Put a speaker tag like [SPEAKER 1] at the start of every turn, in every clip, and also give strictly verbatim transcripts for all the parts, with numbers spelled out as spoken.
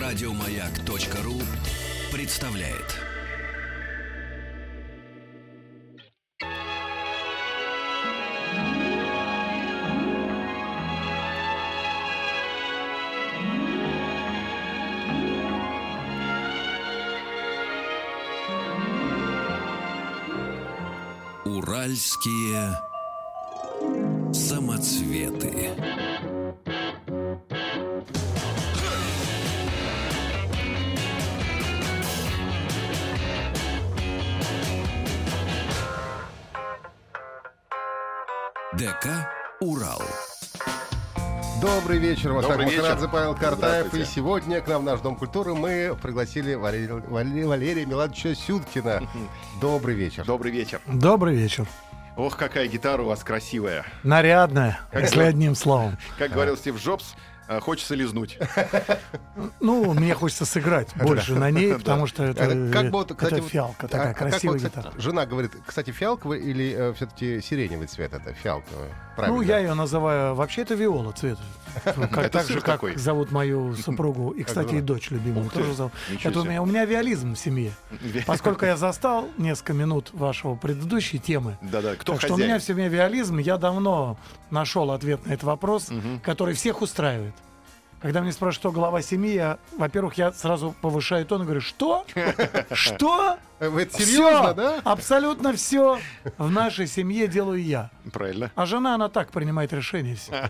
[SPEAKER 1] Радиомаяк.ру представляет. Уральские самоцветы. ДК «Урал».
[SPEAKER 2] Добрый вечер, Вахтанг Махарадзе, Павел Картаев. И
[SPEAKER 3] Здравствуйте.
[SPEAKER 2] сегодня к нам в наш Дом культуры мы пригласили Валерия, Валерия, Валерия Меладовича Сюткина. Добрый вечер.
[SPEAKER 3] Добрый вечер.
[SPEAKER 4] Добрый вечер.
[SPEAKER 3] Ох, какая гитара у вас красивая.
[SPEAKER 4] Нарядная,
[SPEAKER 3] Как
[SPEAKER 4] если
[SPEAKER 3] вы-
[SPEAKER 4] одним словом.
[SPEAKER 3] Как говорил Стив Джобс, э, хочется лизнуть.
[SPEAKER 4] Ну, мне хочется сыграть больше на ней, потому что это,
[SPEAKER 2] Это как бы вот, кстати,
[SPEAKER 4] это
[SPEAKER 2] вот-
[SPEAKER 4] фиалка,
[SPEAKER 2] а-
[SPEAKER 4] такая
[SPEAKER 2] а как
[SPEAKER 4] красивая
[SPEAKER 2] вот, кстати,
[SPEAKER 4] гитара.
[SPEAKER 2] жена говорит, кстати, фиалковый или все-таки сиреневый цвет это фиалковый? Правильно.
[SPEAKER 4] Ну, я ее называю, вообще это виола цвет. Как,
[SPEAKER 3] Это
[SPEAKER 4] так
[SPEAKER 3] сыр
[SPEAKER 4] же, как
[SPEAKER 3] такой.
[SPEAKER 4] зовут мою супругу. И, кстати,
[SPEAKER 2] жена?
[SPEAKER 4] и дочь любимую
[SPEAKER 3] Ух ты,
[SPEAKER 4] тоже зовут.
[SPEAKER 3] ничего
[SPEAKER 4] Это у
[SPEAKER 3] себе.
[SPEAKER 4] меня, у меня виолизм в семье. Поскольку я застал несколько минут вашего предыдущей темы,
[SPEAKER 3] Да-да, кто
[SPEAKER 4] так что у
[SPEAKER 3] хозяин?
[SPEAKER 4] меня в семье виолизм, я давно нашел ответ на этот вопрос,
[SPEAKER 3] Мгм.
[SPEAKER 4] который всех устраивает. Когда мне спрашивают, кто глава семьи, я, во-первых, я сразу повышаю тон и говорю, что? Что?
[SPEAKER 2] Вы это
[SPEAKER 4] Всё!
[SPEAKER 2] серьезно, да?
[SPEAKER 4] Абсолютно все в нашей семье делаю я.
[SPEAKER 3] Правильно.
[SPEAKER 4] А жена, она так принимает решения все.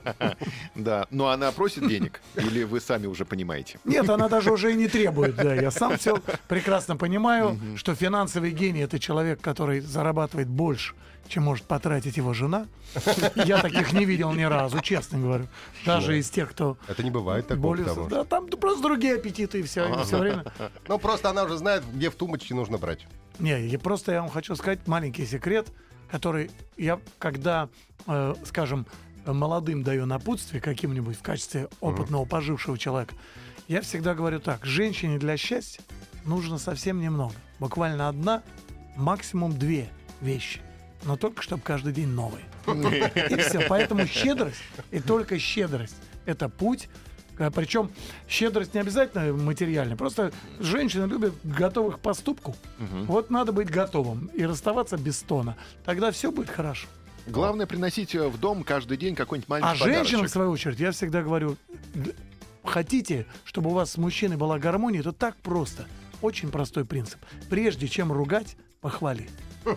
[SPEAKER 3] Да. Но она просит денег? Или вы сами уже понимаете?
[SPEAKER 4] Нет, она даже уже и не требует. Да. Я сам все прекрасно понимаю, что финансовый гений — это человек, который зарабатывает больше, чем может потратить его жена. Я таких не видел ни разу, честно говорю. Даже из тех, кто
[SPEAKER 2] Это не бывает такого,
[SPEAKER 4] более...
[SPEAKER 2] потому что-
[SPEAKER 4] Да, там просто другие аппетиты и все, все время.
[SPEAKER 2] Ну, просто она уже знает, где в тумбочке нужно брать.
[SPEAKER 4] Не, я просто я вам хочу сказать маленький секрет, который я, когда, э, скажем, молодым даю напутствие каким-нибудь в качестве опытного пожившего человека, я всегда говорю так: женщине для счастья нужно совсем немного, буквально одна, максимум две вещи, но только чтобы каждый день новые. И все. Поэтому щедрость, и только щедрость — это путь. А, Причем щедрость не обязательно материальная. Просто женщины любят готовых к поступку. Вот надо быть готовым и расставаться без стона. Тогда все будет хорошо.
[SPEAKER 3] Главное приносить э, в дом каждый день какой-нибудь маленький
[SPEAKER 4] А женщинам, в
[SPEAKER 3] подарочек.
[SPEAKER 4] свою очередь, я всегда говорю, г- хотите, чтобы у вас с мужчиной была гармония, это так просто. Очень простой принцип. Прежде чем ругать, похвали.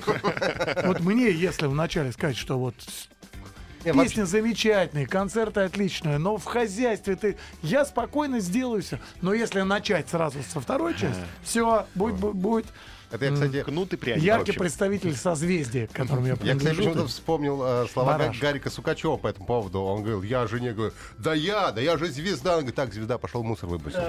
[SPEAKER 4] Вот мне, если вначале сказать, что вот
[SPEAKER 2] Не,
[SPEAKER 4] песня замечательная, концерты отличные, но в хозяйстве ты... Я спокойно сделаю все. Но если начать сразу со второй части, все, будет, будет, будет.
[SPEAKER 2] Это я, кстати,
[SPEAKER 3] Кнут и пряник, в
[SPEAKER 4] Яркий
[SPEAKER 3] общем.
[SPEAKER 4] представитель созвездия, к которому я
[SPEAKER 2] Я, кстати,
[SPEAKER 4] принадлежу.
[SPEAKER 2] почему-то вспомнил э, слова Га-
[SPEAKER 4] Барашек.
[SPEAKER 2] Гарика Сукачева по этому поводу. Он говорил, я жене говорю, да я, да я же звезда. Он говорит, так, звезда, пошел мусор выбросить.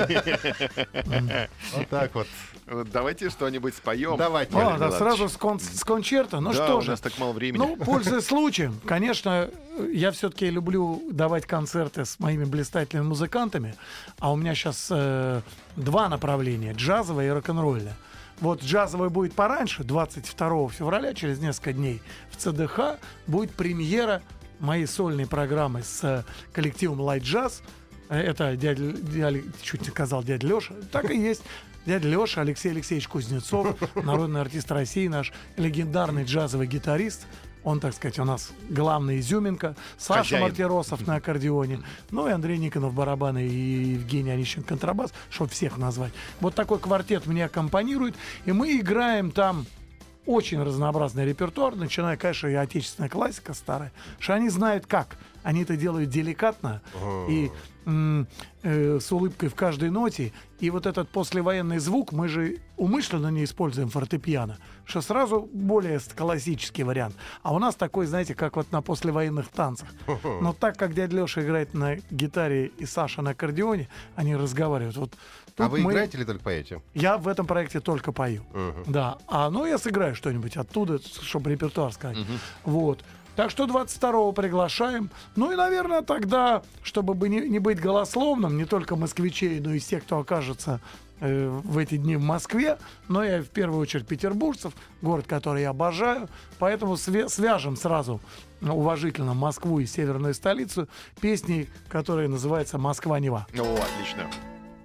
[SPEAKER 2] Вот так вот.
[SPEAKER 3] Вот давайте что-нибудь споем.
[SPEAKER 2] Давайте.
[SPEAKER 4] О,
[SPEAKER 3] Валерий
[SPEAKER 4] да,
[SPEAKER 3] Меладович.
[SPEAKER 4] сразу с, кон- с концерта. Ну
[SPEAKER 3] Да,
[SPEAKER 4] что
[SPEAKER 3] у
[SPEAKER 4] же.
[SPEAKER 3] нас так мало времени.
[SPEAKER 4] Ну, пользуясь случаем, конечно, я все-таки люблю давать концерты с моими блистательными музыкантами, а у меня сейчас э, два направления: джазовое и рок-н-ролльное. Вот джазовое будет пораньше, двадцать второго февраля, через несколько дней, в ЦДХ будет премьера моей сольной программы с э, коллективом Light Jazz. Э, Это дядя, дядя, чуть не сказал дядя Леша, так и есть. Дядя Леша, Алексей Алексеевич Кузнецов, народный артист России, наш легендарный джазовый гитарист. Он, так сказать, у нас главная изюминка. Саша
[SPEAKER 3] Хозяин.
[SPEAKER 4] Мартиросов на аккордеоне. Ну и Андрей Никонов барабаны, и Евгений Онищин контрабас, чтобы всех назвать. Вот такой квартет мне аккомпанирует. И мы играем там очень разнообразный репертуар, начиная, конечно, и отечественная классика старая, что они знают как. Они это делают деликатно и м, э, с улыбкой в каждой ноте. И вот этот послевоенный звук, мы же умышленно не используем фортепиано, что сразу более классический вариант. А у нас такой, знаете, как вот на послевоенных танцах. Но так как дядя Леша играет на гитаре и Саша на аккордеоне, они разговаривают. Вот
[SPEAKER 2] А
[SPEAKER 4] тут
[SPEAKER 2] вы
[SPEAKER 4] мы-
[SPEAKER 2] играете или только поете?
[SPEAKER 4] Я в этом проекте только пою. Да. А ну я сыграю что-нибудь оттуда, чтобы репертуар сказать. Вот. Так что двадцать второго приглашаем. Ну и, наверное, тогда, чтобы бы не, не быть голословным, не только москвичей, но и тех, кто окажется э, в эти дни в Москве, но и в первую очередь петербуржцев, город, который я обожаю. Поэтому све- свяжем сразу уважительно Москву и северную столицу песней, которая называется «Москва-Нева».
[SPEAKER 3] О, отлично.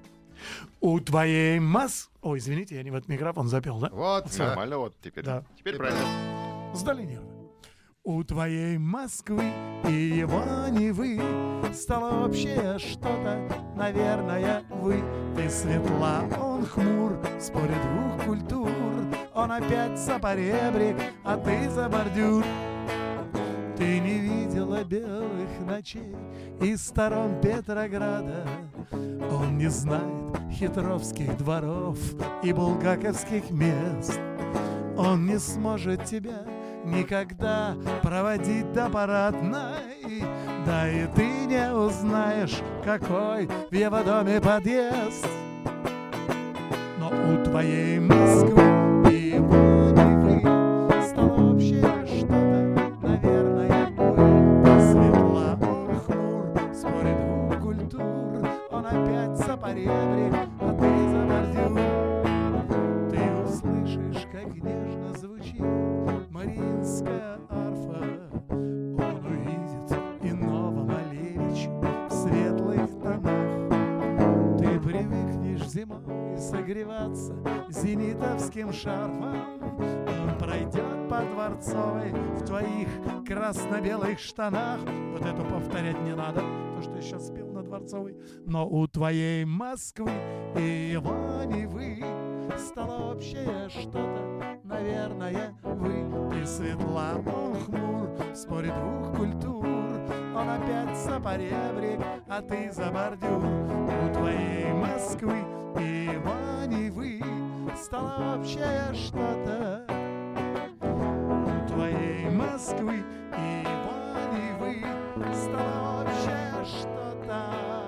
[SPEAKER 4] У твоей масс... Ой, извините, я не в этот микрофон запел, да?
[SPEAKER 2] Вот, да.
[SPEAKER 3] Нормально, вот теперь.
[SPEAKER 4] Да.
[SPEAKER 3] Теперь правильно.
[SPEAKER 4] Сдали нервы. У твоей Москвы и его Невы стало общее что-то, наверное, вы. Ты светла, он хмур, спорит двух культур. Он опять за поребрик, а ты за бордюр. Ты не видела белых ночей из сторон Петрограда. Он не знает хитровских дворов и булгаковских мест. Он не сможет тебя никогда проводить до парадной. Да и ты не узнаешь, какой в его доме подъезд. Но у твоей Москвы и его Невы стало общее что-то, наверное, вы. Ты светла, он хмур, спорит двух культур. Он опять за поребрик, а ты за бордюр. Ты услышишь, как нежно звучит мариинская арфа. Он увидит иного Малевича в светлых тонах. Ты привыкнешь зимой согреваться зенитовским шарфом. Он пройдет по Дворцовой в твоих красно-белых штанах. Вот эту повторять не надо, то, что я сейчас спел на Дворцовой. Но у твоей Москвы и его Невы стало общее что-то, наверное, вы. Ты светла, он хмур, в споре двух культур. Он опять за поребрик, а ты за бордюр. У твоей Москвы и его Невы стало общее что-то. У твоей Москвы и его Невы стало общее что-то.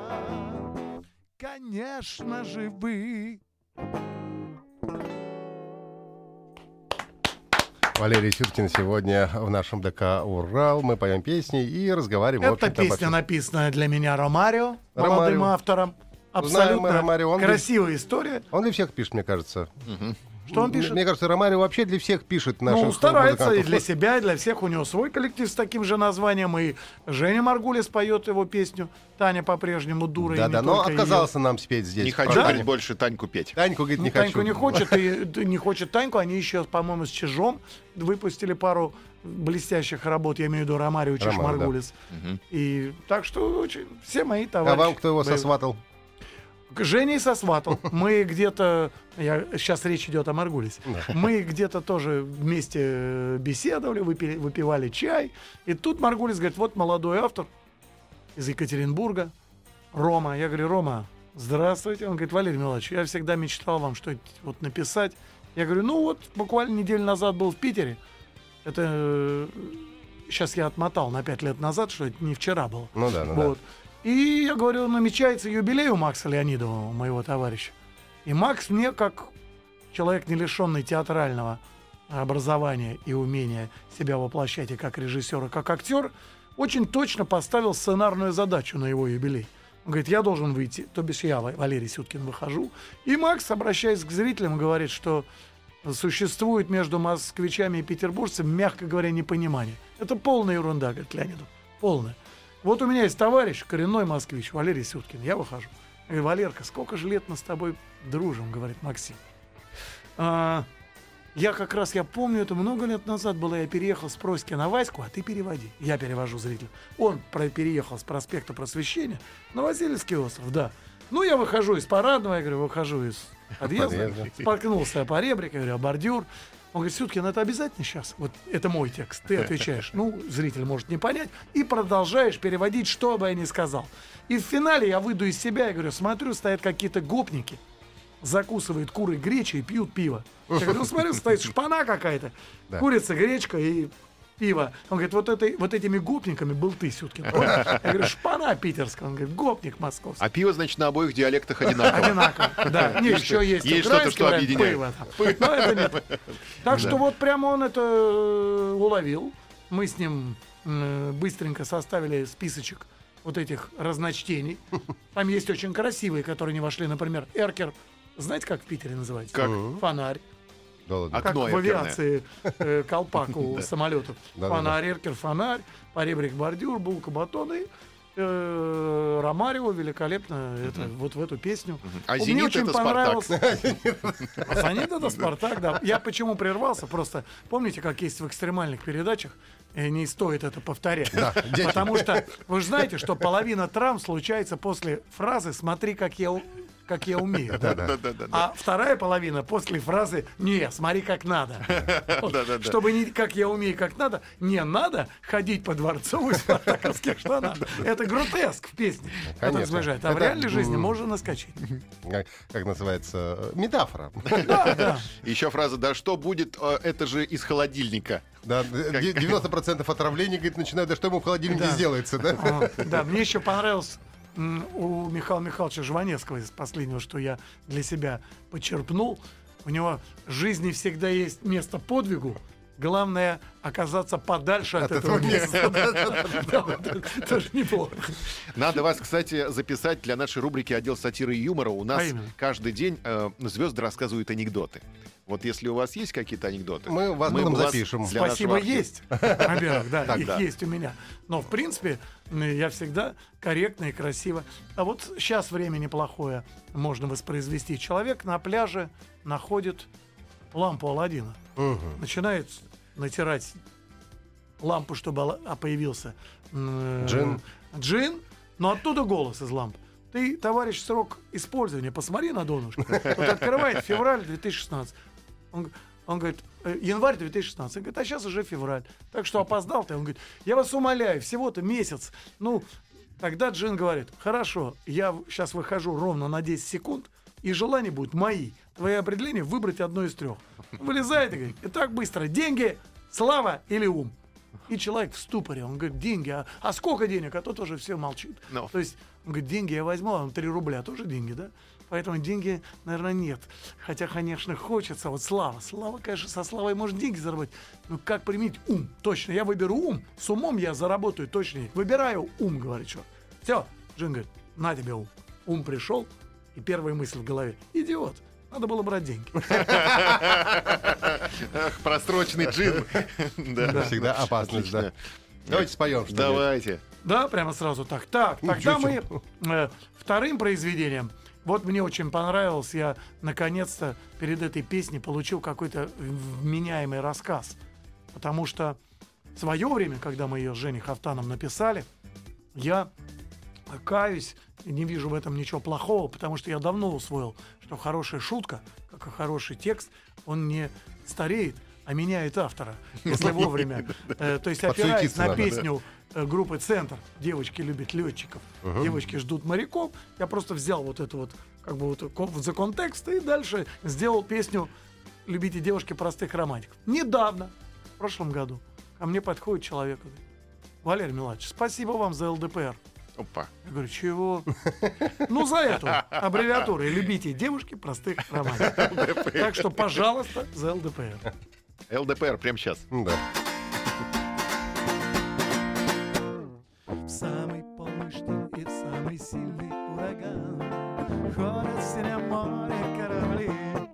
[SPEAKER 4] Конечно же, вы.
[SPEAKER 2] Валерий Сюткин сегодня в нашем ДК «Урал». Мы поем песни и разговариваем.
[SPEAKER 4] Эта песня написана для меня Ромарио, молодым
[SPEAKER 2] Ромарио.
[SPEAKER 4] автором.
[SPEAKER 2] Знаем
[SPEAKER 4] Абсолютно
[SPEAKER 2] мы Ромарио. Он
[SPEAKER 4] красивая
[SPEAKER 2] для-
[SPEAKER 4] история.
[SPEAKER 2] Он для всех пишет, мне кажется.
[SPEAKER 4] Что он пишет?
[SPEAKER 2] Мне кажется, Ромарио вообще для всех пишет наших
[SPEAKER 4] Ну, старается и
[SPEAKER 2] музыкантов.
[SPEAKER 4] для себя, и для всех. У него свой коллектив с таким же названием. И Женя Маргулис поет его песню. Таня по-прежнему дура. и
[SPEAKER 2] Да,
[SPEAKER 4] не
[SPEAKER 2] да, но
[SPEAKER 4] только
[SPEAKER 2] отказался нам спеть здесь.
[SPEAKER 3] Не хочу
[SPEAKER 4] Да?
[SPEAKER 3] говорить, больше Таньку петь.
[SPEAKER 2] Таньку, говорит,
[SPEAKER 4] Ну,
[SPEAKER 2] не
[SPEAKER 4] Таньку
[SPEAKER 2] хочу.
[SPEAKER 4] не хочет, и д- не хочет Таньку. Они еще, по-моему, с Чижом выпустили пару блестящих работ. Я имею в виду Ромарио, Чиж,
[SPEAKER 2] Ромарио, да.
[SPEAKER 4] Маргулис.
[SPEAKER 3] Мгм.
[SPEAKER 4] И так что очень, все мои
[SPEAKER 2] А
[SPEAKER 4] товарищи.
[SPEAKER 2] вам кто его
[SPEAKER 4] боевые.
[SPEAKER 2] сосватал?
[SPEAKER 4] Женей сосватал. Мы где-то... Я, сейчас речь идет о Маргулисе. Мы где-то тоже вместе э, беседовали, выпили, выпивали чай. И тут Маргулис говорит, вот молодой автор из Екатеринбурга, Рома. Я говорю, Рома, здравствуйте. Он говорит, Валерий Милович, я всегда мечтал вам что-нибудь вот написать. Я говорю, ну вот, буквально неделю назад был в Питере. Это... э, Сейчас я отмотал на пять лет назад, что это не вчера было.
[SPEAKER 2] Ну да, ну
[SPEAKER 4] Вот. И я говорю, намечается юбилей у Макса Леонидова, моего товарища. И Макс мне, как человек, не лишенный театрального образования и умения себя воплощать и как режиссер, и как актер, очень точно поставил сценарную задачу на его юбилей. Он говорит, я должен выйти, то бишь я, Валерий Сюткин, выхожу. И Макс, обращаясь к зрителям, говорит, что существует между москвичами и петербуржцами, мягко говоря, непонимание. Это полная ерунда, говорит Леонидов, полная. Вот у меня есть товарищ, коренной москвич, Валерий Сюткин. Я выхожу. Я говорю, Валерка, сколько же лет мы с тобой дружим, говорит Максим. А, я как раз, я помню, это много лет назад было, я переехал с Проськи на Ваську, а ты переводи. Я перевожу зрителю. Он про- переехал с проспекта Просвещения на Васильевский остров, да. Ну, я выхожу из парадного, я говорю, выхожу из подъезда,
[SPEAKER 2] Подъезда.
[SPEAKER 4] споткнулся о поребрик, я говорю, а бордюр. Он говорит, Сюткин, это обязательно сейчас? Вот это мой текст. Ты отвечаешь. Ну, зритель может не понять. И продолжаешь переводить, что бы я ни сказал. И в финале я выйду из себя и говорю, смотрю, стоят какие-то гопники, закусывают куры гречей и пьют пиво. Я говорю, ну смотрю, стоит шпана какая-то,
[SPEAKER 2] Да.
[SPEAKER 4] курица, гречка и пиво. Он говорит, вот, этой, вот этими гопниками был ты, Сюткин. Я говорю, шпана питерская. Он говорит, гопник московский.
[SPEAKER 3] А пиво, значит, на обоих диалектах одинаково.
[SPEAKER 4] Одинаково, да. Не, еще есть
[SPEAKER 3] есть что-то,
[SPEAKER 4] украинский
[SPEAKER 3] что
[SPEAKER 4] вариант,
[SPEAKER 3] объединяет.
[SPEAKER 4] пиво там. Но это не так. Так что вот прямо он это э, уловил. Мы с ним э, быстренько составили списочек вот этих разночтений. Там есть очень красивые, которые не вошли. Например, эркер. Знаете, как в Питере называется?
[SPEAKER 3] Как?
[SPEAKER 4] Фонарь.
[SPEAKER 2] Да ладно.
[SPEAKER 3] Окно
[SPEAKER 4] Как в
[SPEAKER 3] эркерное.
[SPEAKER 4] авиации э, колпак у самолетов.
[SPEAKER 2] Да-да-да.
[SPEAKER 4] Фонарь, эркер, фонарь, поребрик, бордюр, булка, батон. И э, Ромарио великолепно это, вот в эту песню.
[SPEAKER 3] А
[SPEAKER 4] Мне
[SPEAKER 3] «Зенит»
[SPEAKER 4] очень
[SPEAKER 3] это
[SPEAKER 4] понравилось.
[SPEAKER 3] «Спартак».
[SPEAKER 4] А «Зенит» это «Спартак», да. Я почему прервался? Просто помните, как есть в экстремальных передачах, и не стоит это повторять.
[SPEAKER 2] Да,
[SPEAKER 4] Потому что вы же знаете, что половина травм случается после фразы «смотри, как я, у- как я умею». да?
[SPEAKER 3] Да-да-да.
[SPEAKER 4] А вторая половина после фразы «не, смотри, как надо». Вот.
[SPEAKER 3] Да-да-да.
[SPEAKER 4] Чтобы не как я умею, как надо, не надо ходить по дворцу в спартаковских штанах. Это гротеск в песне.
[SPEAKER 2] Конечно.
[SPEAKER 4] Это сближает. А в
[SPEAKER 2] Это,
[SPEAKER 4] реальной жизни
[SPEAKER 2] м,
[SPEAKER 4] можно наскочить.
[SPEAKER 2] Как, как называется? э, Метафора.
[SPEAKER 4] Да, да.
[SPEAKER 3] Еще фраза «да что будет, э, это же из холодильника».
[SPEAKER 2] Да, де- девяносто процентов отравлений, говорит, начинают, да что ему в холодильнике
[SPEAKER 4] Да.
[SPEAKER 2] сделается, да?
[SPEAKER 4] А, Да, мне еще понравилось м, у Михаила Михайловича Жванецкого из последнего, что я для себя почерпнул. У него в жизни всегда есть место подвигу. Главное оказаться подальше от, этого места. Да, вот это тоже неплохо.
[SPEAKER 3] Надо вас, кстати, записать для нашей рубрики «Отдел сатиры и юмора». У нас
[SPEAKER 4] А именно?
[SPEAKER 3] каждый день э, звезды рассказывают анекдоты. Вот если у вас есть какие-то анекдоты,
[SPEAKER 2] Мы вас
[SPEAKER 3] бы
[SPEAKER 2] потом
[SPEAKER 3] вас
[SPEAKER 2] запишем.
[SPEAKER 3] для
[SPEAKER 4] Спасибо,
[SPEAKER 3] нашего архива.
[SPEAKER 4] есть. Во-первых, да, их
[SPEAKER 3] Тогда.
[SPEAKER 4] есть у меня. Но, в принципе, м, я всегда корректно и красиво. А вот сейчас время неплохое можно воспроизвести. Человек на пляже находит лампу Аладдина.
[SPEAKER 2] Мгм.
[SPEAKER 4] Начинает натирать лампу, чтобы ала- а появился м,
[SPEAKER 2] Джин.
[SPEAKER 4] джин, но оттуда голос из лампы. Ты, товарищ, срок использования, посмотри на донышко. Тут открывает февраль две тысячи шестнадцатого. Он, он говорит, «Э, январь две тысячи шестнадцатого. Он говорит, а сейчас уже февраль. Так что опоздал ты. Он говорит, я вас умоляю, всего-то месяц. Ну, тогда Джин говорит, хорошо, я сейчас выхожу ровно на десять секунд, и желания будут мои. Твои определения выбрать одно из трех. Вылезает и говорит, и так быстро, деньги, слава или ум. И человек в ступоре, он говорит, деньги, а, а сколько денег? А тот уже все молчит.
[SPEAKER 3] Ну.
[SPEAKER 4] То есть, он говорит, деньги я возьму, а он три рубля тоже деньги, да? Поэтому деньги, наверное, нет. Хотя, конечно, хочется. Вот слава. Слава, конечно, со славой можно деньги заработать. Но как применить ум? Точно, я выберу ум. С умом я заработаю точно. Выбираю ум, говорит, что. Все. Джин говорит, на тебе ум. Ум пришел, и первая мысль в голове. Идиот. Надо было брать деньги.
[SPEAKER 3] Ах, просроченный джин. Да.
[SPEAKER 2] Всегда опасность, да.
[SPEAKER 3] Отлично.
[SPEAKER 2] Давайте споем что-нибудь.
[SPEAKER 3] Давайте.
[SPEAKER 4] Да, прямо сразу так. Так, тогда
[SPEAKER 2] Ничего
[SPEAKER 4] мы
[SPEAKER 2] себе.
[SPEAKER 4] э, вторым произведением. Вот мне очень понравилось, я наконец-то перед этой песней получил какой-то вменяемый рассказ. Потому что в свое время, когда мы ее с Женей Хафтаном написали, я каюсь, не вижу в этом ничего плохого, потому что я давно усвоил, что хорошая шутка, как и хороший текст, он не стареет, а меняет автора, если вовремя. Э, То есть опираясь
[SPEAKER 2] Подсуетиться
[SPEAKER 4] на
[SPEAKER 2] надо, да.
[SPEAKER 4] песню э, группы «Центр», девочки любят летчиков, девочки ждут моряков, я просто взял вот это вот, как бы вот ко- за контекст и дальше сделал песню «Любите девушки простых романтиков». Недавно, в прошлом году, ко мне подходит человек и говорит, Валерий Меладович, спасибо вам за эл дэ пэ эр.
[SPEAKER 3] Опа.
[SPEAKER 4] Я говорю, чего? Ну, за эту аббревиатуру. Любите девушки простых романтиков. Так что, пожалуйста, за эл дэ пэ эр.
[SPEAKER 3] эл дэ пэ эр прямо сейчас.
[SPEAKER 2] Да.
[SPEAKER 4] В самый полный штиль и в самый сильный ураган ходят в синем море корабли.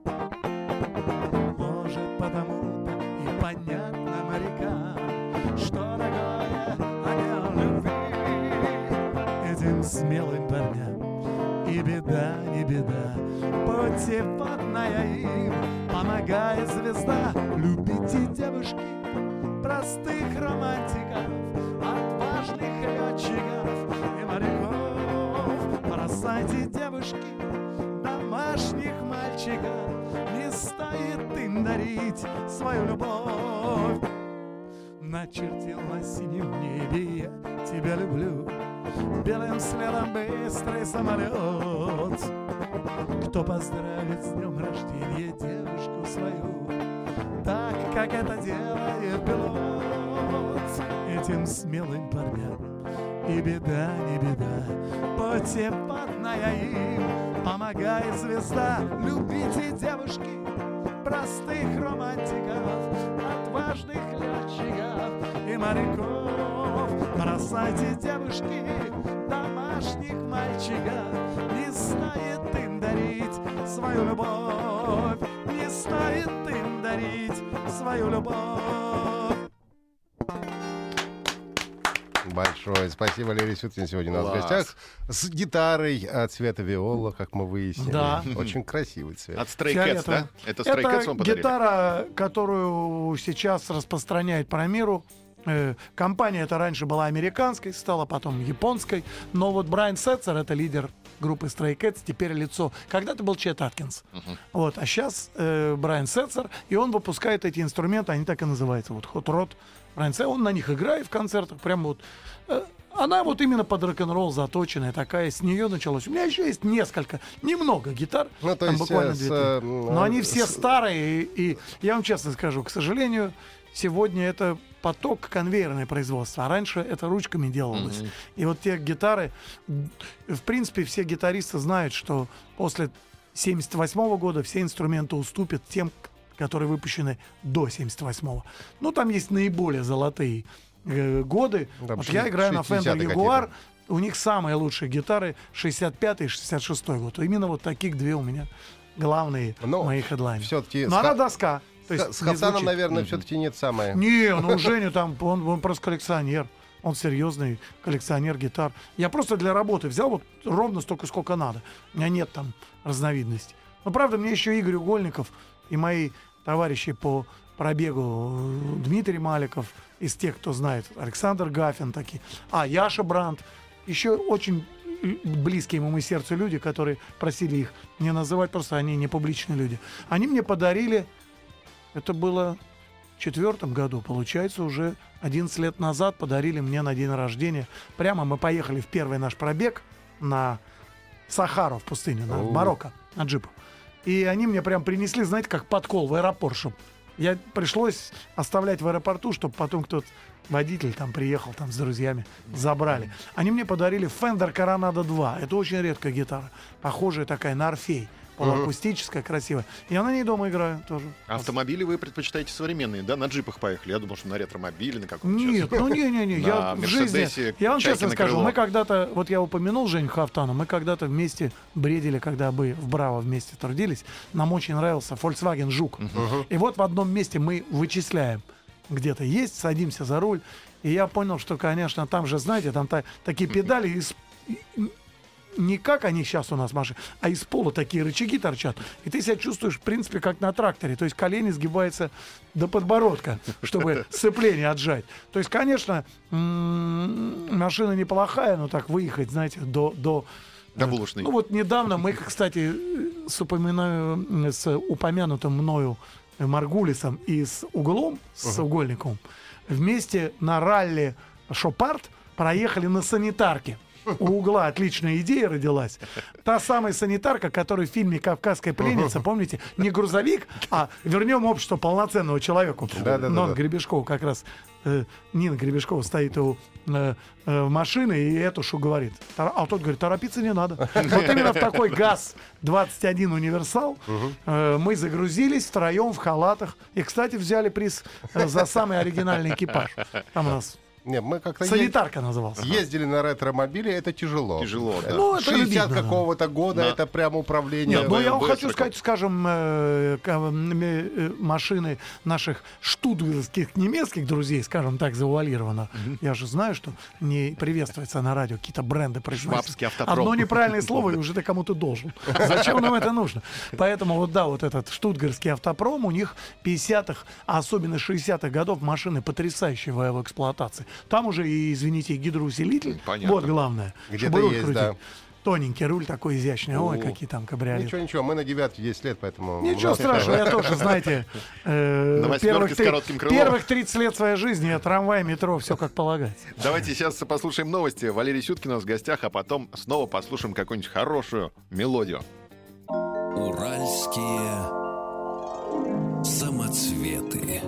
[SPEAKER 4] Может, потому-то и понятно морякам, что такое огонь любви. Этим смелым парням и беда, не беда, путеводная им помогает звезда. Любите девушки простых романтиков, отважных летчиков и моряков. Бросайте, девушки, домашних мальчиков, не стоит им дарить свою любовь. Начертил на синем небе я тебя люблю, белым следом быстрый самолет. Кто поздравит с днем рождения девушку свою, так, как это делает пилот. Этим смелым парням и беда, не беда, путеводная им помогает звезда. Любите, девушки, простых романтиков, отважных летчиков и моряков. Бросайте, девушки, домашних мальчиков, не стоит им дарить свою любовь, не стоит им дарить свою любовь.
[SPEAKER 2] Большое спасибо, Валерий Сюткин сегодня у нас в
[SPEAKER 3] Класс.
[SPEAKER 2] гостях. С гитарой цвета виола, как мы выяснили.
[SPEAKER 4] Да.
[SPEAKER 2] Очень красивый цвет.
[SPEAKER 3] От Stray Cats, да? Это Stray Cats вам подарили?
[SPEAKER 4] гитара, которую сейчас распространяет по миру. Э, Компания эта раньше была американской, стала потом японской. Но вот Брайан Сетцер, это лидер группы Stray Cats, теперь лицо. Когда-то был Чет Аткинс. Uh-huh. Вот, а сейчас э, Брайан Сетцер, и он выпускает эти инструменты, они так и называются. Вот Hot Rod. Брайан Сетцер, он на них играет в концертах. Прям вот. Э, она вот именно под рок-н-ролл заточенная такая. С нее началось. У меня еще есть несколько, немного гитар.
[SPEAKER 2] Ну, то
[SPEAKER 4] там
[SPEAKER 2] есть,
[SPEAKER 4] буквально
[SPEAKER 2] э, с,
[SPEAKER 4] две-три.
[SPEAKER 2] э,
[SPEAKER 4] Но они все
[SPEAKER 2] с-
[SPEAKER 4] старые. И, и я вам честно скажу, к сожалению, сегодня это поток конвейерное производство, а раньше это ручками делалось.
[SPEAKER 3] Мгм.
[SPEAKER 4] И вот те гитары, м, в принципе, все гитаристы знают, что после семьдесят восьмого года все инструменты уступят тем, к- которые выпущены до семьдесят восьмого. Ну, там есть наиболее золотые э, годы.
[SPEAKER 2] Там
[SPEAKER 4] Вот
[SPEAKER 2] ши-
[SPEAKER 4] я играю на Fender
[SPEAKER 2] шестидесятые
[SPEAKER 4] Jaguar,
[SPEAKER 2] какие-то.
[SPEAKER 4] у них самые лучшие гитары шестьдесят пятый и шестьдесят шестой год. Именно вот таких две у меня главные
[SPEAKER 2] Но
[SPEAKER 4] мои хедлайны.
[SPEAKER 2] все-таки
[SPEAKER 4] Но
[SPEAKER 2] с,
[SPEAKER 4] она
[SPEAKER 2] Ха-
[SPEAKER 4] доска. То есть
[SPEAKER 2] с
[SPEAKER 4] не
[SPEAKER 2] Хасаном,
[SPEAKER 4] звучит.
[SPEAKER 2] наверное, все-таки нет самое.
[SPEAKER 4] Не, ну Женя там, он, он просто коллекционер. Он серьезный коллекционер гитар. Я просто для работы взял вот ровно столько, сколько надо. У меня нет там разновидностей. Но правда, мне еще Игорь Угольников и мои товарищи по пробегу э, Дмитрий Маликов, из тех, кто знает, Александр Гафин такие, а Яша Брандт, еще очень э, близкие моему сердцу люди, которые просили их не называть, просто они не публичные люди. Они мне подарили, это было в четвертом году, получается, уже одиннадцать лет назад подарили мне на день рождения. Прямо мы поехали в первый наш пробег на Сахару в пустыню, на
[SPEAKER 2] О.
[SPEAKER 4] Марокко, на джипах. И они мне прям принесли, знаете, как подкол в аэропорт, чтоб я пришлось оставлять в аэропорту, чтобы потом кто-то, водитель там приехал там с друзьями, забрали. Они мне подарили Fender Coronado два. Это очень редкая гитара. Похожая такая на Орфей. Полуакустическая, красивая. Я на ней дома играю тоже.
[SPEAKER 3] Автомобили вы предпочитаете современные, да? На джипах поехали. Я думал, что на ретромобиле, на каком-то.
[SPEAKER 4] Нет,
[SPEAKER 3] сейчас.
[SPEAKER 4] ну не-не-не, я
[SPEAKER 3] На
[SPEAKER 4] в жизни,
[SPEAKER 3] Мерседесе
[SPEAKER 4] я вам честно
[SPEAKER 3] Чайкино
[SPEAKER 4] скажу,
[SPEAKER 3] крыло.
[SPEAKER 4] мы когда-то, вот я упомянул Женю Хафтана, мы когда-то вместе бредили, когда мы в Браво вместе трудились, нам очень нравился Volkswagen Жук. И вот в одном месте мы вычисляем, где-то есть, садимся за руль, и я понял, что, конечно, там же, знаете, там та- такие педали из... Не как они сейчас у нас машины, а из пола такие рычаги торчат. И ты себя чувствуешь, в принципе, как на тракторе. То есть колени сгибаются до подбородка, чтобы сцепление отжать. То есть, конечно, м, машина неплохая, но так выехать, знаете, до... до
[SPEAKER 3] До
[SPEAKER 4] э,
[SPEAKER 3] булочной.
[SPEAKER 4] Ну вот недавно мы, кстати, с, упоминаю, с упомянутым мною Маргулисом и с Углом, с Угольником, вместе на ралли Шопард проехали на санитарке. У Угла отличная идея родилась. Та самая санитарка, которая в фильме «Кавказская пленница», помните, не грузовик, а вернем общество полноценного человеку.
[SPEAKER 2] Да-да-да-да.
[SPEAKER 4] Нон Гребешкова как раз, э, Нина Гребешкова стоит у э, э, машины и эту что говорит. Тор- А тот говорит, торопиться не надо. Вот именно в такой ГАЗ двадцать один универсал э, мы загрузились втроем в халатах. И, кстати, взяли приз э, за самый оригинальный экипаж. Там у нас
[SPEAKER 2] Нет, мы как-то е-
[SPEAKER 4] санитарка назывался.
[SPEAKER 2] ездили на ретромобиле, это тяжело.
[SPEAKER 3] Тяжело, да.
[SPEAKER 4] Ну, это
[SPEAKER 2] шестьдесят
[SPEAKER 4] видно, да.
[SPEAKER 2] какого-то года,
[SPEAKER 3] Да.
[SPEAKER 2] это прямо управление.
[SPEAKER 4] Нет, ну я вам
[SPEAKER 3] бэ эм вэ
[SPEAKER 4] хочу
[SPEAKER 3] сорок.
[SPEAKER 4] сказать, скажем, э, ка- м, э, машины наших штутгарских немецких друзей, скажем так, завуалировано. Я же знаю, что не приветствуется на радио какие-то бренды производства.
[SPEAKER 3] Швабский автопром.
[SPEAKER 4] Одно неправильное слово, и уже ты кому-то должен. Зачем нам это нужно? Поэтому вот да, вот этот штутгарский автопром, у них пятидесятых, а особенно шестидесятых годов машины потрясающие в в эксплуатации. Там уже и, извините, и гидроусилитель.
[SPEAKER 3] Понятно.
[SPEAKER 4] Вот главное.
[SPEAKER 2] Где-то
[SPEAKER 4] чтобы руль
[SPEAKER 2] есть,
[SPEAKER 4] крутить.
[SPEAKER 2] да.
[SPEAKER 4] Тоненький руль такой изящный. Ой,
[SPEAKER 3] О.
[SPEAKER 4] какие там кабриолеты.
[SPEAKER 2] Ничего, ничего, мы на девятке десять лет, поэтому...
[SPEAKER 4] Ничего
[SPEAKER 2] у нас
[SPEAKER 4] страшного,
[SPEAKER 2] это-
[SPEAKER 4] я тоже, знаете, э,
[SPEAKER 3] На восьмерке
[SPEAKER 4] первых,
[SPEAKER 3] с
[SPEAKER 4] три-
[SPEAKER 3] коротким крылом.
[SPEAKER 4] первых тридцать лет своей жизни я трамвай, метро, все как полагается.
[SPEAKER 3] Давайте сейчас послушаем новости. Валерий Сюткин у нас в гостях, а потом снова послушаем какую-нибудь хорошую мелодию.
[SPEAKER 1] Уральские самоцветы.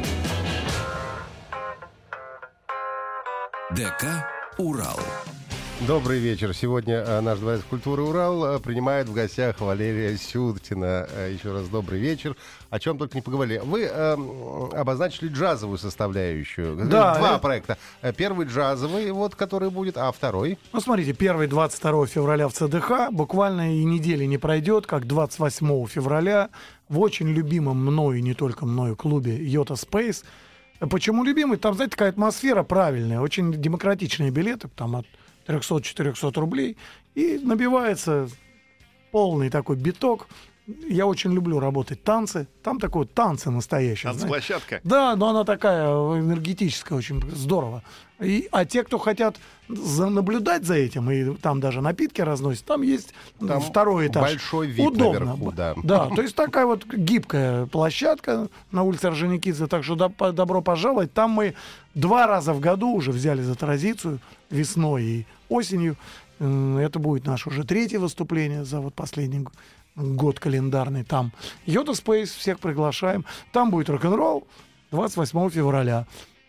[SPEAKER 1] ДК «Урал».
[SPEAKER 2] Добрый вечер. Сегодня э, наш дворец культуры «Урал» э, принимает в гостях Валерия Сюткина. Э, еще раз добрый вечер. О чем только не поговорили. Вы э, обозначили джазовую составляющую.
[SPEAKER 4] Да,
[SPEAKER 2] Два
[SPEAKER 4] это...
[SPEAKER 2] проекта. Первый джазовый, вот, который будет, а второй?
[SPEAKER 4] Ну, смотрите, первый двадцать второго февраля в ЦДХ. Буквально и недели не пройдет, как двадцать восьмого февраля в очень любимом мною, и не только мною, клубе Йота Space. Почему любимый? Там, знаете, такая атмосфера правильная, очень демократичные билеты, там от триста-четыреста рублей, и набивается полный такой биток. Я очень люблю работать танцы. Там такое танцы настоящие.
[SPEAKER 3] Танцплощадка.
[SPEAKER 4] Да, но она такая энергетическая, очень здорово. И, а те, кто хотят за, наблюдать за этим, и там даже напитки разносят, там есть
[SPEAKER 2] там
[SPEAKER 4] второй этаж.
[SPEAKER 2] Большой вид
[SPEAKER 4] удобно.
[SPEAKER 2] Наверху, да.
[SPEAKER 4] Да, то есть такая вот гибкая площадка на улице Орджоникидзе, так что до, добро пожаловать. Там мы два раза в году уже взяли за традицию, весной и осенью. Это будет наше уже третье выступление за вот последний год календарный там. Йота Space, всех приглашаем. Там будет рок-н-ролл двадцать восьмого февраля.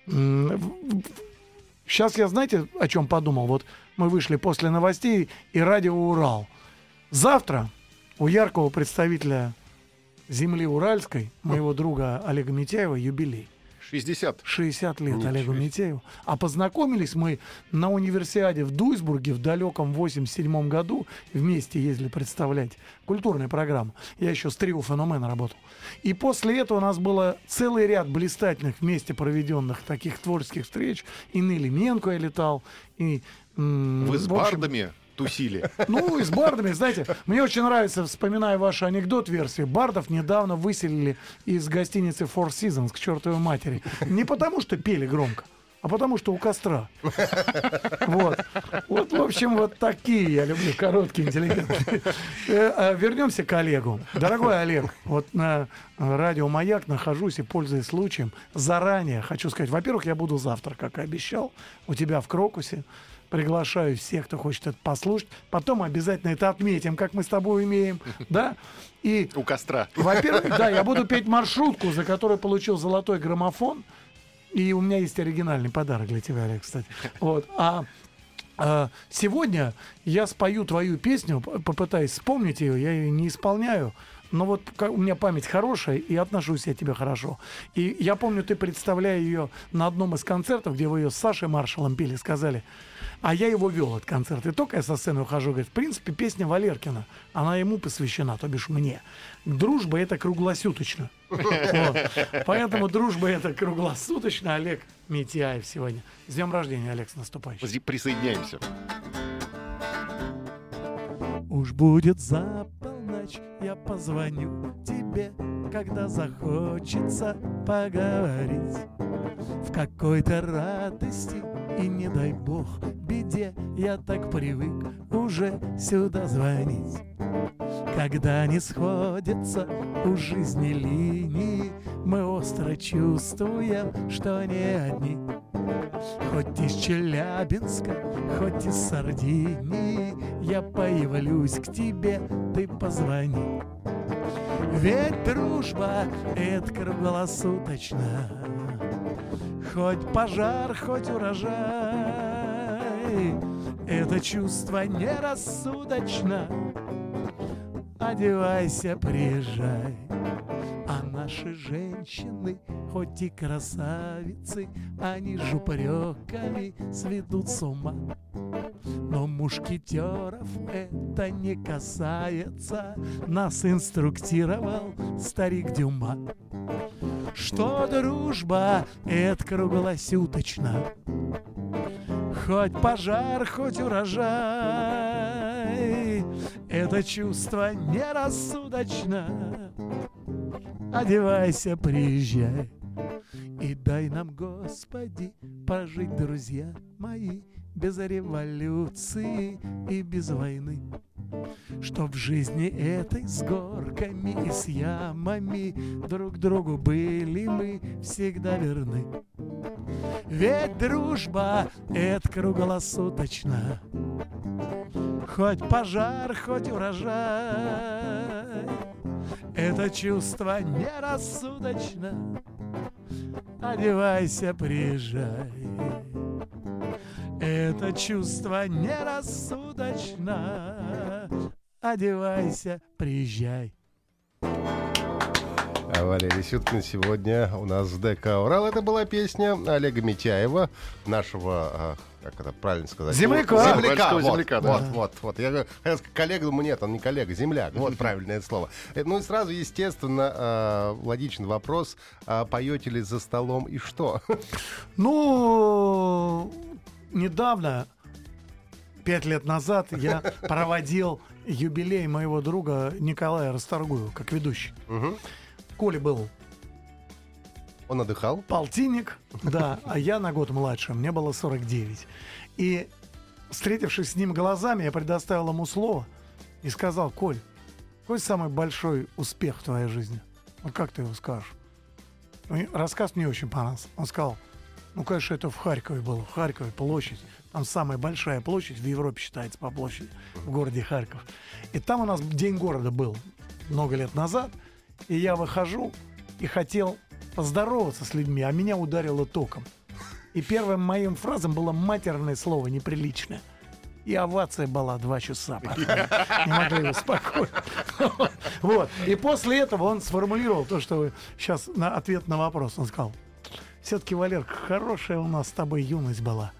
[SPEAKER 4] Сейчас я, знаете, о чем подумал? Вот мы вышли после новостей и радио «Урал». Завтра у яркого представителя земли уральской, моего друга Олега Митяева, юбилей.
[SPEAKER 3] шестьдесят.
[SPEAKER 4] шестьдесят лет
[SPEAKER 2] Ничего
[SPEAKER 4] Олегу
[SPEAKER 2] себе.
[SPEAKER 4] Митяеву. А познакомились мы на универсиаде в Дуйсбурге в далеком восемьдесят седьмом году. Вместе ездили представлять культурную программу. Я еще с трио «Феномен» работал. И после этого у нас было целый ряд блистательных вместе проведенных таких творческих встреч. И на Ильменко я летал. И, м-
[SPEAKER 3] Вы с
[SPEAKER 4] в общем,
[SPEAKER 3] бардами тусили.
[SPEAKER 4] ну, и с бардами, знаете, мне очень нравится, вспоминая вашу анекдот-версию, бардов недавно выселили из гостиницы Four Seasons к чертовой матери. Не потому, что пели громко, а потому, что у костра. Вот. Вот, в общем, вот такие я люблю, короткие, интеллигентные. Э, Вернемся к Олегу. Дорогой Олег, вот на радио «Маяк» нахожусь и, пользуясь случаем, заранее хочу сказать, во-первых, я буду завтра, как и обещал, у тебя в Крокусе. Приглашаю всех, кто хочет это послушать. Потом обязательно это отметим, как мы с тобой умеем. Да? И,
[SPEAKER 3] У костра.
[SPEAKER 4] во-первых, да, я буду петь маршрутку, за которую получил золотой граммофон. И у меня есть оригинальный подарок для тебя, Олег, кстати. Вот. А, а сегодня я спою твою песню, попытаюсь вспомнить ее. Я ее не исполняю. Но вот у меня память хорошая, и отношусь я к тебе хорошо. И я помню, ты, представляя ее на одном из концертов, где вы ее с Сашей Маршалом пели, сказали, а я его вел, этот концерт. И только я со сцены ухожу, говорит, в принципе, песня Валеркина, она ему посвящена, то бишь мне. Дружба — это круглосуточно. Вот. Поэтому дружба — это круглосуточно. Олег Митяев сегодня. С днем рождения, Олег, с наступающим.
[SPEAKER 3] Присоединяемся.
[SPEAKER 4] Уж будет за полночь, я позвоню тебе, когда захочется поговорить. В какой-то радости и, не дай бог, беде я так привык уже сюда звонить. Когда не сходятся у жизни линии, мы остро чувствуем, что не одни. Хоть из Челябинска, хоть из Сардинии, я появлюсь к тебе, ты позвони. Ведь дружба — это круглосуточно, хоть пожар, хоть урожай. Это чувство нерассудочно. Одевайся, приезжай. А наши женщины, хоть и красавицы, они ж упреками сведут с ума. Но мушкетеров это не касается, нас инструктировал старик Дюма, что дружба — это круглосуточно, хоть пожар, хоть урожай. Это чувство нерассудочно. Одевайся, приезжай. И дай нам, Господи, пожить, друзья мои, без революции и без войны. Чтоб в жизни этой с горками и с ямами друг другу были мы всегда верны. Ведь дружба — это круглосуточно, хоть пожар, хоть урожай. Это чувство нерассудочно. Одевайся, приезжай. Это чувство нерассудочно. Одевайся, приезжай.
[SPEAKER 2] Валерий Сюткин сегодня у нас в ДК «Урал». Это была песня Олега Митяева, нашего, как это правильно сказать?
[SPEAKER 4] Земляка.
[SPEAKER 2] Земляка, вот,
[SPEAKER 3] земляка, да.
[SPEAKER 2] вот, вот, вот. Я хотел сказать коллега, думаю, нет, он не коллега, земляк. Вот правильное слово. Ну и сразу, естественно, логичный вопрос. Поете ли за столом и что?
[SPEAKER 4] Ну, недавно, пять лет назад, я проводил юбилей моего друга Николая Расторгуева как ведущий.
[SPEAKER 2] Угу.
[SPEAKER 4] Коля был
[SPEAKER 2] Он отдыхал?
[SPEAKER 4] полтинник, да, а я на год младше, мне было сорок девять. И, встретившись с ним глазами, я предоставил ему слово и сказал: Коль, какой самый большой успех в твоей жизни? Вот как ты его скажешь? И рассказ мне очень понравился. Он сказал: ну, конечно, это в Харькове было, в Харькове площадь. Там самая большая площадь в Европе считается по площади, в городе Харьков. И там у нас День города был много лет назад. И я выхожу и хотел поздороваться с людьми, а меня ударило током. И первым моим фразом было матерное слово, неприличное. И овация была два часа. Не могли успокоить. Вот. И после этого он сформулировал то, что вы сейчас на ответ на вопрос. Он сказал: все-таки, Валерка, хорошая у нас с тобой юность была.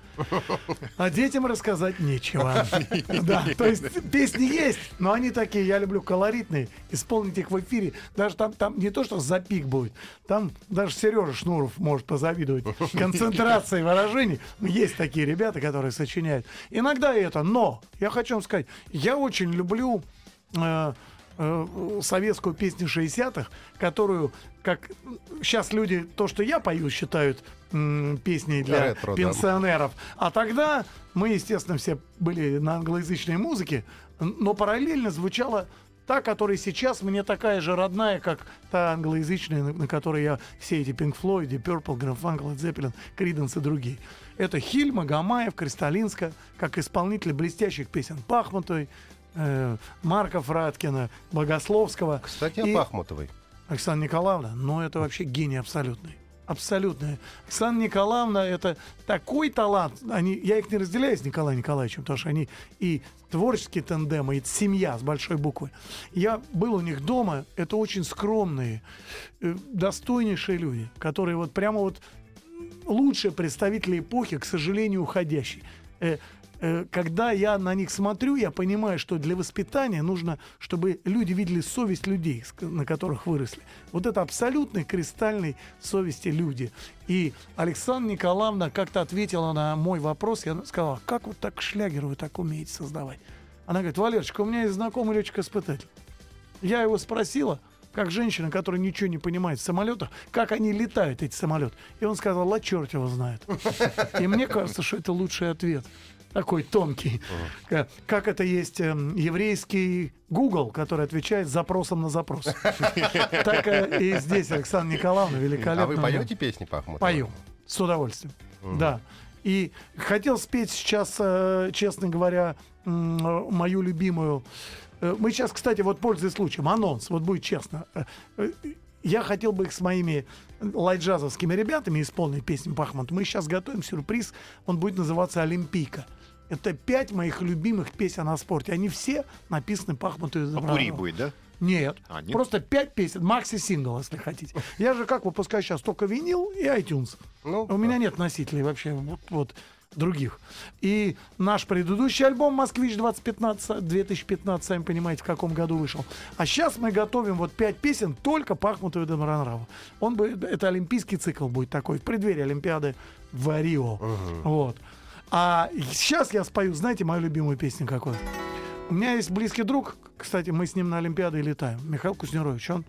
[SPEAKER 4] А детям рассказать нечего. Да, то есть песни есть, но они такие, я люблю, колоритные. Исполнить их в эфире. Даже там, там не то, что запик будет. Там даже Сережа Шнуров может позавидовать концентрации выражений. Есть такие ребята, которые сочиняют. Иногда это, но я хочу вам сказать, я очень люблю э, э, советскую песню шестидесятых, которую, как сейчас люди, то, что я пою, считают м, песней для
[SPEAKER 2] Ретро,
[SPEAKER 4] пенсионеров. Да. А тогда мы, естественно, все были на англоязычной музыке, но параллельно звучала та, которая сейчас мне такая же родная, как та англоязычная, на, на которой я все эти Pink Floyd, Deep Purple, Grand Funk, Led Zeppelin, Creedence и другие. Это Хильма, Гамаев, Кристалинска, как исполнители блестящих песен Пахмутовой, э, Марка Фраткина, Богословского.
[SPEAKER 2] Кстати,
[SPEAKER 4] и...
[SPEAKER 2] о Пахмутовой.
[SPEAKER 4] Александра Николаевна, ну это вообще гений абсолютный. Абсолютно. Александра Николаевна — это такой талант. Они, я их не разделяю с Николаем Николаевичем, потому что они и творческие тандемы, и семья с большой буквы. Я был у них дома. Это очень скромные, э, достойнейшие люди, которые вот прямо вот лучшие представители эпохи, к сожалению, уходящей. Э, Когда я на них смотрю, я понимаю, что для воспитания нужно, чтобы люди видели совесть людей, на которых выросли. Вот это абсолютной кристальной совести люди. И Александра Николаевна как-то ответила на мой вопрос. Я сказала: как вот так шлягер вы так умеете создавать? Она говорит: Валерочка, у меня есть знакомый летчик-испытатель. Я его спросила, как женщина, которая ничего не понимает в самолетах, как они летают, эти самолеты. И он сказал: а черт его знает. И мне кажется, что это лучший ответ. Такой тонкий. Uh-huh. Как это есть э, еврейский Google, который отвечает запросом на запрос. Так и здесь Александра Николаевна великолепно.
[SPEAKER 2] А вы поете песни Пахмутовой?
[SPEAKER 4] Пою. С удовольствием. Да. И хотел спеть сейчас, э, честно говоря, э, мою любимую. Э, мы сейчас, кстати, вот пользуясь случаем, анонс, вот будет честно. Э, э, Я хотел бы их с моими лайт-джазовскими ребятами исполнить песню Пахмутова. Мы сейчас готовим сюрприз. Он будет называться «Олимпийка». Это пять моих любимых песен о спорте. Они все написаны Пахмутовой.
[SPEAKER 3] Попурри будет, да?
[SPEAKER 4] Нет,
[SPEAKER 3] а, нет,
[SPEAKER 4] просто пять песен, макси-сингл, если хотите. Я же как выпускаю сейчас только винил и iTunes. Ну, У меня нет носителей вообще вот, вот других. И наш предыдущий альбом «Москвич двадцать пятнадцать», две тысячи пятнадцать, сами понимаете, в каком году вышел. А сейчас мы готовим вот пять песен только Пахмутовой Добронравова. Он будет, это олимпийский цикл будет такой, в преддверии Олимпиады в Рио. Угу. Вот. А сейчас я спою, знаете, мою любимую песню какую? У меня есть близкий друг, кстати, мы с ним на Олимпиады и летаем, Михаил Кузнерович. Он,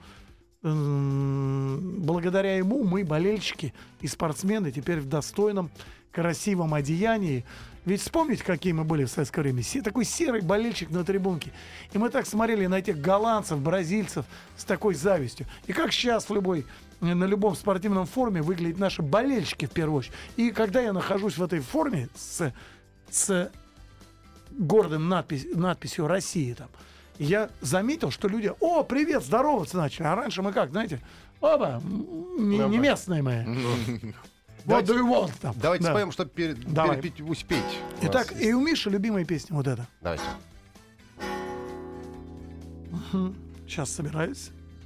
[SPEAKER 4] м- благодаря ему мы, болельщики и спортсмены, теперь в достойном, красивом одеянии. Ведь вспомните, какие мы были в советское время. Се- такой серый болельщик на трибунке. И мы так смотрели на этих голландцев, бразильцев с такой завистью. И как сейчас в любой, на любом спортивном форуме выглядят наши болельщики в первую очередь. И когда я нахожусь в этой форме с, с гордым надпись, надписью «Россия», там, я заметил, что люди: о, привет, здороваться начали. А раньше мы как, знаете, оба, не, не местные мы. What do you want? Там.
[SPEAKER 2] Давайте
[SPEAKER 4] Да.
[SPEAKER 2] споем, чтобы перед,
[SPEAKER 4] Давай.
[SPEAKER 2] перепеть, успеть. У
[SPEAKER 4] Итак,
[SPEAKER 2] нас
[SPEAKER 4] и
[SPEAKER 2] есть.
[SPEAKER 4] у Миши любимая песня вот эта.
[SPEAKER 2] Давайте.
[SPEAKER 4] Сейчас собираюсь.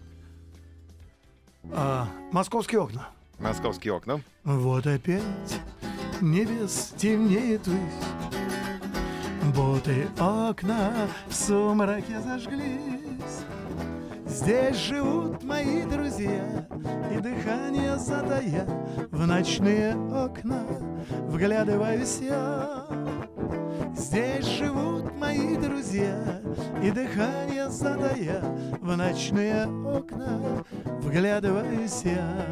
[SPEAKER 4] А, «Московские окна».
[SPEAKER 3] Московские окна.
[SPEAKER 4] Вот опять небес темнеет высь, вот и окна в сумраке зажглись. Здесь живут мои друзья, и дыхание затая, в ночные окна вглядываюсь я. Здесь живут мои друзья, и дыхание затая, в ночные окна вглядываюсь я.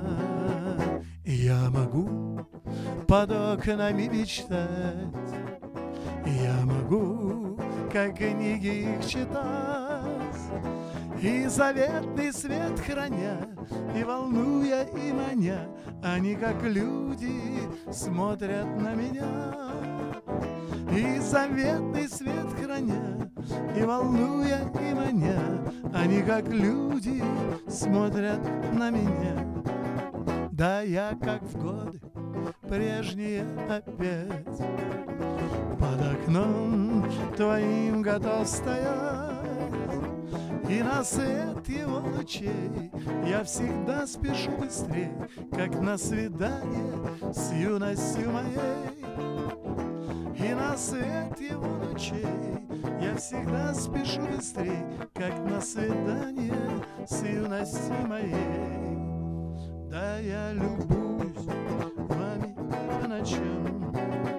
[SPEAKER 4] Я могу под окнами мечтать, я могу, как книги их читать, и заветный свет храня, и волнуя, и маня, они, как люди, смотрят на меня. И заветный свет храня, и волнуя, и маня, они, как люди, смотрят на меня. Да я, как в годы прежние опять, под окном твоим готов стоять, и на свет его лучей я всегда спешу быстрей, как на свидание с юностью моей. И на свет его лучей я всегда спешу быстрей, как на свидание с юностью моей. Да я любуюсь вами по ночам,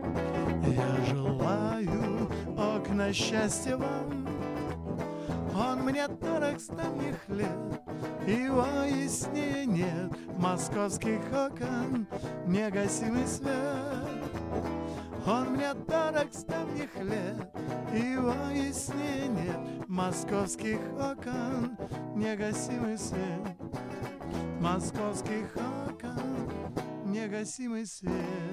[SPEAKER 4] я желаю окна счастья вам. Он мне дорог с давних лет, его яснее нет, московских окон негасимый свет. Он мне дорог с давних лет, его яснее нет, московских окон негасимый свет. Московских окон негасимый свет.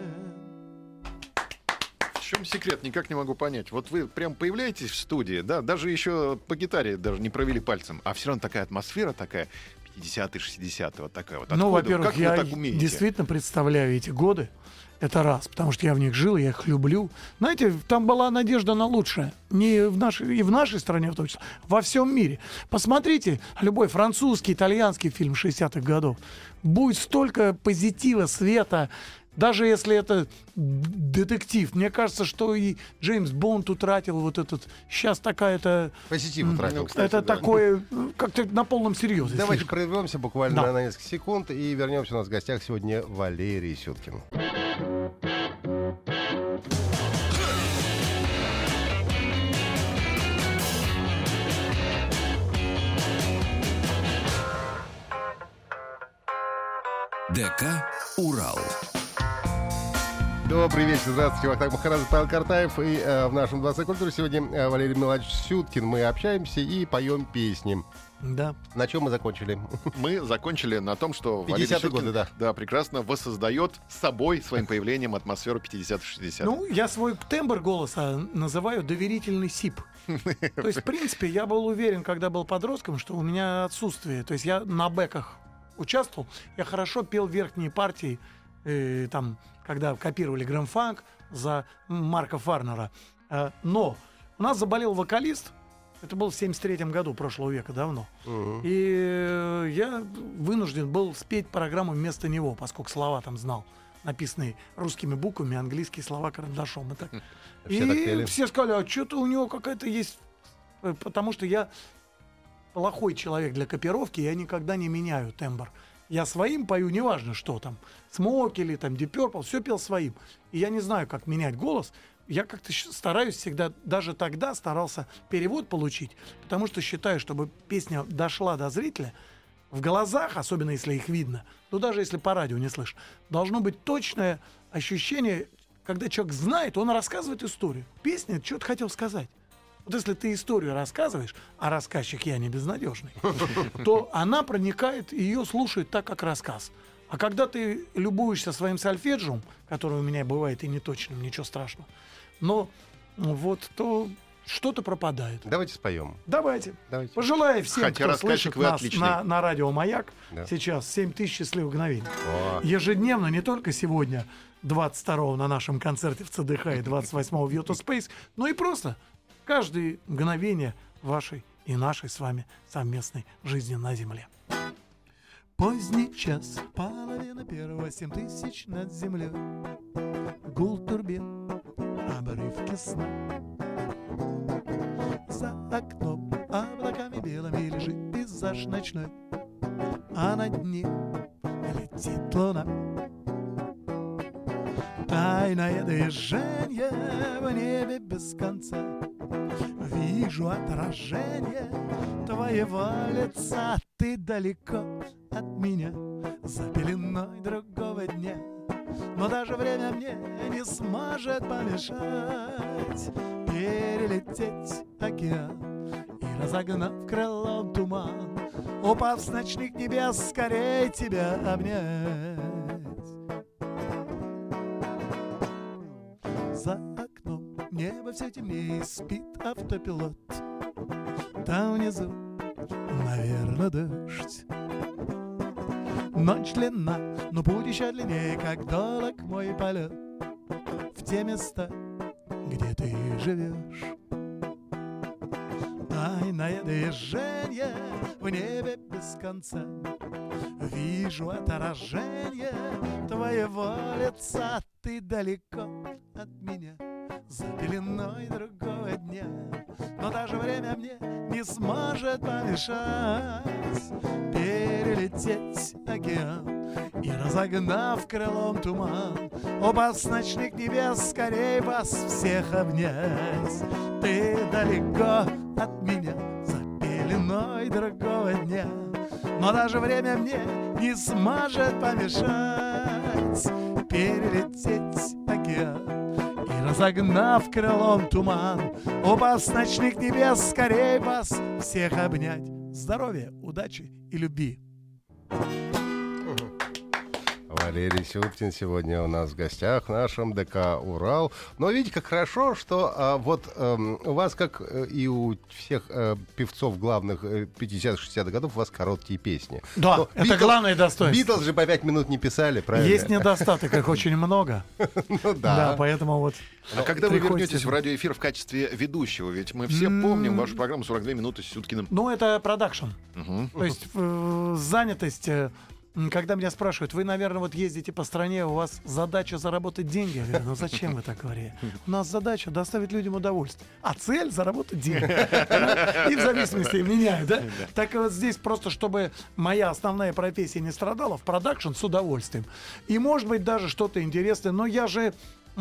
[SPEAKER 3] В чем секрет? Никак не могу понять. Вот вы прям появляетесь в студии, да, даже еще по гитаре даже не провели пальцем, а все равно такая атмосфера такая, пятидесятые, шестидесятые, вот такая вот.
[SPEAKER 4] Ну,
[SPEAKER 3] Откуда?
[SPEAKER 4] во-первых,
[SPEAKER 3] Как вы
[SPEAKER 4] я
[SPEAKER 3] так умеете?
[SPEAKER 4] действительно представляю эти годы. Это раз, потому что я в них жил, я их люблю. Знаете, там была надежда на лучшее. Не в нашей, и в нашей стране, в том числе, во всем мире. Посмотрите любой французский, итальянский фильм шестидесятых годов. Будет столько позитива, света. Даже если это детектив. Мне кажется, что и Джеймс Бонд утратил вот этот... Сейчас такая-то...
[SPEAKER 2] Позитив утратил, кстати.
[SPEAKER 4] Это
[SPEAKER 3] да.
[SPEAKER 4] такое, как-то на полном серьезе.
[SPEAKER 2] Давайте
[SPEAKER 4] слишком.
[SPEAKER 2] прервемся буквально
[SPEAKER 4] Да.
[SPEAKER 2] на несколько секунд и вернемся. У нас в гостях сегодня Валерий Сюткин.
[SPEAKER 1] ДК «Урал».
[SPEAKER 2] Добрый вечер, здравствуйте, Вахтанг Махарадзе, Павел Картаев. И э, в нашем «Дворце культуры» сегодня э, Валерий Меладович Сюткин. Мы общаемся и поем песни.
[SPEAKER 4] Да.
[SPEAKER 2] На чем мы закончили?
[SPEAKER 3] Мы закончили на том, что Валерий
[SPEAKER 2] пятидесятые
[SPEAKER 3] Сюткин,
[SPEAKER 2] годы, да.
[SPEAKER 3] да, прекрасно воссоздает с собой, своим появлением атмосферу пятидесятых-шестидесятых.
[SPEAKER 4] Ну, я свой тембр голоса называю доверительный сип. То есть, в принципе, я был уверен, когда был подростком, что у меня отсутствие. То есть я на бэках участвовал, я хорошо пел верхние партии, э, там, когда копировали Грэмфанк за Марка Фарнера. Э, но у нас заболел вокалист, это был в семьдесят третьем году прошлого века, давно.
[SPEAKER 2] Мгм.
[SPEAKER 4] И э, я вынужден был спеть программу вместо него, поскольку слова там знал, написанные русскими буквами, английские слова карандашом. И, так.
[SPEAKER 2] Все
[SPEAKER 4] И
[SPEAKER 2] так пели.
[SPEAKER 4] все сказали, а что-то у него какая-то есть... Э, Потому что я плохой человек для копировки, я никогда не меняю тембр. Я своим пою, неважно что там, Смоки или там Deep Purple, все пел своим. И я не знаю, как менять голос. Я как-то щ- стараюсь всегда, даже тогда старался перевод получить, потому что считаю, чтобы песня дошла до зрителя, в глазах, особенно если их видно, ну даже если по радио не слышишь, должно быть точное ощущение, когда человек знает, он рассказывает историю. Песня что-то хотел сказать. Вот если ты историю рассказываешь, а рассказчик я не безнадежный, то она проникает, и ее слушают так, как рассказ. А когда ты любуешься своим сольфеджиум, который у меня бывает и неточным, ничего страшного, но вот то что-то пропадает.
[SPEAKER 2] Давайте споем.
[SPEAKER 4] Давайте.
[SPEAKER 2] Давайте.
[SPEAKER 4] Пожелаю всем,
[SPEAKER 3] Хотя
[SPEAKER 4] кто
[SPEAKER 3] рассказчик
[SPEAKER 4] слышит
[SPEAKER 3] вы
[SPEAKER 4] нас
[SPEAKER 3] отличный.
[SPEAKER 4] на, на радио «Маяк»,
[SPEAKER 2] Да.
[SPEAKER 4] сейчас семь тысяч счастливых мгновений.
[SPEAKER 2] О.
[SPEAKER 4] Ежедневно, не только сегодня, двадцать второго на нашем концерте в ЦДХ и двадцать восьмого в Йота Спейс, но и просто каждое мгновение вашей и нашей с вами совместной жизни на земле. Поздний час, половина первого, семь тысяч над землей. Гул турбин, обрывки сна. За окном облаками белыми лежит пейзаж ночной, а над ним летит луна. Тайное движение в небе без конца. Вижу отражение твоего лица. Ты далеко от меня, за пеленой другого дня. Но даже время мне не сможет помешать перелететь океан и, разогнав крылом туман, упав с ночных небес, скорей тебя обнять. За окном небо все темнее, спит автопилот. Там внизу, наверное, дождь. Ночь длинна, но путь еще длиннее, как долг мой полет в те места, где ты живешь. Тайное движение в небе без конца. Вижу отражение твоего лица. Ты далеко от меня, за пеленой другого дня. Но даже время мне не сможет помешать перелететь океан и, разогнав крылом туман, упав с ночных небес, скорей вас всех обнять. Ты далеко от меня, за пеленой другого дня. Но даже время мне не сможет помешать перелететь океан и, разогнав крылом туман, упав с ночных небес, скорей вас всех обнять. Здоровья, удачи и любви.
[SPEAKER 2] Валерий Сюткин сегодня у нас в гостях в нашем ДК «Урал». Но видите, как хорошо, что а, вот а, у вас, как и у всех а, певцов главных пятидесятых-шестидесятых годов, у вас короткие песни.
[SPEAKER 4] Да,
[SPEAKER 2] Но
[SPEAKER 4] это
[SPEAKER 2] Битлз,
[SPEAKER 4] главное достоинство.
[SPEAKER 2] Битлз же по пять минут не писали, правильно?
[SPEAKER 4] Есть недостаток, их очень много.
[SPEAKER 2] Ну
[SPEAKER 4] Да,
[SPEAKER 2] да.
[SPEAKER 4] поэтому вот...
[SPEAKER 3] А когда вы
[SPEAKER 4] приходится-
[SPEAKER 3] вернетесь в радиоэфир в качестве ведущего? Ведь мы все помним вашу программу «сорок две минуты» с Сюткиным.
[SPEAKER 4] Ну, это продакшн.
[SPEAKER 3] Мгм.
[SPEAKER 4] То есть э, занятость, э, м, когда меня спрашивают, вы, наверное, вот ездите по стране, у вас задача заработать деньги. Я говорю, ну зачем вы так говорите? У нас задача доставить людям удовольствие, а цель заработать деньги. И в зависимости меняю, да? Так вот здесь просто, чтобы моя основная профессия не страдала, в продакшн с удовольствием. И может быть даже что-то интересное, но я же...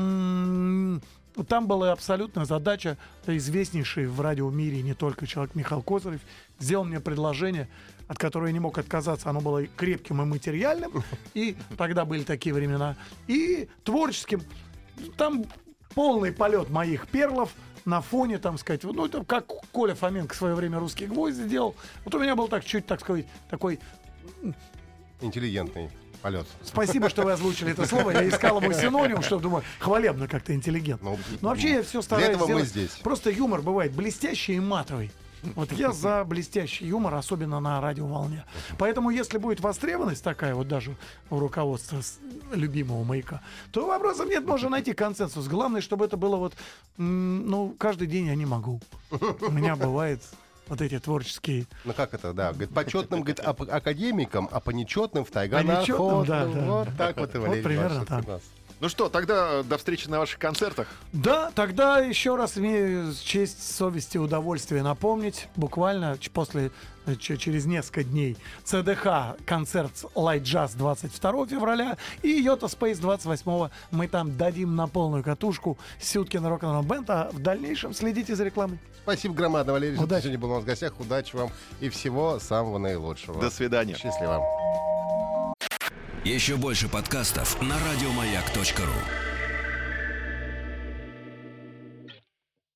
[SPEAKER 4] м, Там была абсолютная задача, известнейший в радиомире не только человек Михаил Козырев сделал мне предложение, от которого я не мог отказаться. Оно было крепким и материальным, и тогда были такие времена, и творческим. Там полный полет моих перлов на фоне, там сказать, ну это как Коля Фоменко в свое время «Русские гвозди» делал. Вот у меня был так чуть, так сказать, такой...
[SPEAKER 2] Интеллигентный полет.
[SPEAKER 4] Спасибо, что вы озвучили это слово. Я искал ему синоним, чтобы, думаю, хвалебно как-то интеллигентно.
[SPEAKER 2] Ну,
[SPEAKER 4] Но вообще я все
[SPEAKER 2] для
[SPEAKER 4] стараюсь
[SPEAKER 2] этого мы
[SPEAKER 4] сделать.
[SPEAKER 2] здесь.
[SPEAKER 4] Просто юмор бывает блестящий и матовый. Вот я за блестящий юмор, особенно на радиоволне. Поэтому, если будет востребованность такая вот даже у руководства с- любимого «Маяка», то вопросов нет, можно найти консенсус. Главное, чтобы это было вот, м, ну, каждый день я не могу. У меня бывает вот эти творческие...
[SPEAKER 2] Ну как это, да, говорит, почетным, говорит, ап- академикам, а по нечетным в тайга
[SPEAKER 4] По
[SPEAKER 2] на
[SPEAKER 4] нечетным,
[SPEAKER 2] охоту.
[SPEAKER 4] да, да,
[SPEAKER 2] Вот
[SPEAKER 4] да.
[SPEAKER 2] так вот и
[SPEAKER 4] Вот
[SPEAKER 2] Валерий
[SPEAKER 4] примерно
[SPEAKER 2] Иванович
[SPEAKER 4] так.
[SPEAKER 2] у нас.
[SPEAKER 3] Ну что, тогда до встречи на ваших концертах.
[SPEAKER 4] Да, тогда еще раз имею честь, совесть и удовольствие напомнить. Буквально ч- после, э, ч- через несколько дней ЦДХ концерт Light Jazz двадцать второго февраля и Йота Спейс двадцать восьмого. Мы там дадим на полную катушку Сюткин Рок-н-ролл бенд, а в дальнейшем следите за рекламой.
[SPEAKER 2] Спасибо громадно, Валерий, что ты
[SPEAKER 4] Удачи.
[SPEAKER 2] сегодня был у нас в гостях. Удачи вам и всего самого наилучшего.
[SPEAKER 3] До свидания.
[SPEAKER 2] Счастливо.
[SPEAKER 1] Еще больше подкастов на радиомаяк точка ру.